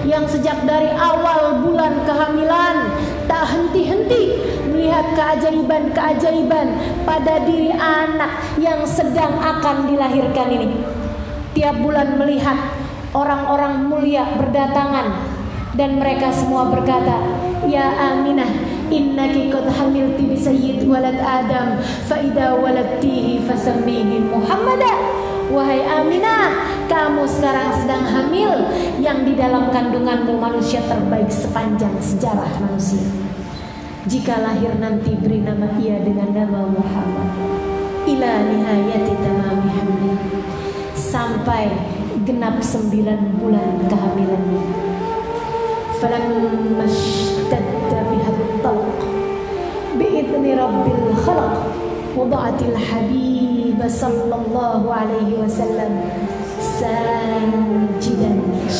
yang sejak dari awal bulan kehamilan tak henti-henti melihat keajaiban-keajaiban pada diri anak yang sedang akan dilahirkan ini. Tiap bulan melihat orang-orang mulia berdatangan dan mereka semua berkata, "Ya Aminah, innaki qad hamilti bi sayyid walad Adam, fa idza waladtihi fasammihi Muhammada." Wahai Aminah, kamu sekarang sedang hamil yang di dalam kandunganmu manusia terbaik sepanjang sejarah manusia. Jika lahir nanti beri nama ia dengan nama Muhammad ila nihayati tamami hamli, sampai genap 9 bulan kehamilannya. Falamma ishtadda biha at-talq bi'idni rabbil khalaq wada'atil habib sallallahu alaihi wasallam sajidan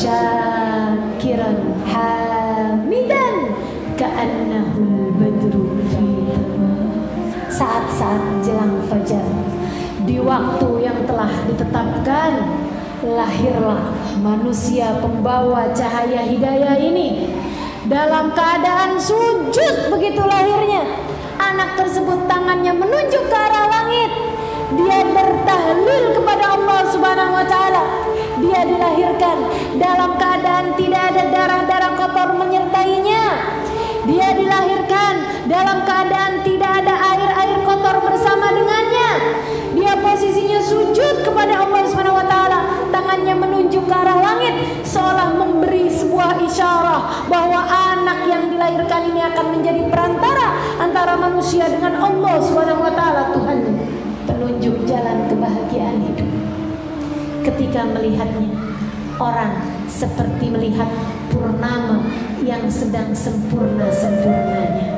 syakiran hamidan ka'annahul badru fi tamam. Saat-saat jelang fajar, di waktu yang telah ditetapkan, lahirlah manusia pembawa cahaya hidayah ini. Dalam keadaan sujud begitu lahirnya, anak tersebut tangannya menunjuk ke arah langit. Dia bertahlil kepada Allah Subhanahu wa taala. Dia dilahirkan dalam keadaan tidak ada darah-darah kotor menyertainya. Dia dilahirkan dalam keadaan tidak ada air-air kotor bersama dengannya. Dia posisinya sujud kepada Allah Subhanahu wa taala, tangannya menunjuk ke arah langit seolah memberi sebuah isyarah bahwa anak yang dilahirkan ini akan menjadi perantara antara manusia dengan Allah Subhanahu wa taala, Tuhan, penunjuk jalan kebahagiaan hidup. Ketika melihatnya, orang seperti melihat purnama yang sedang sempurna-sempurnanya.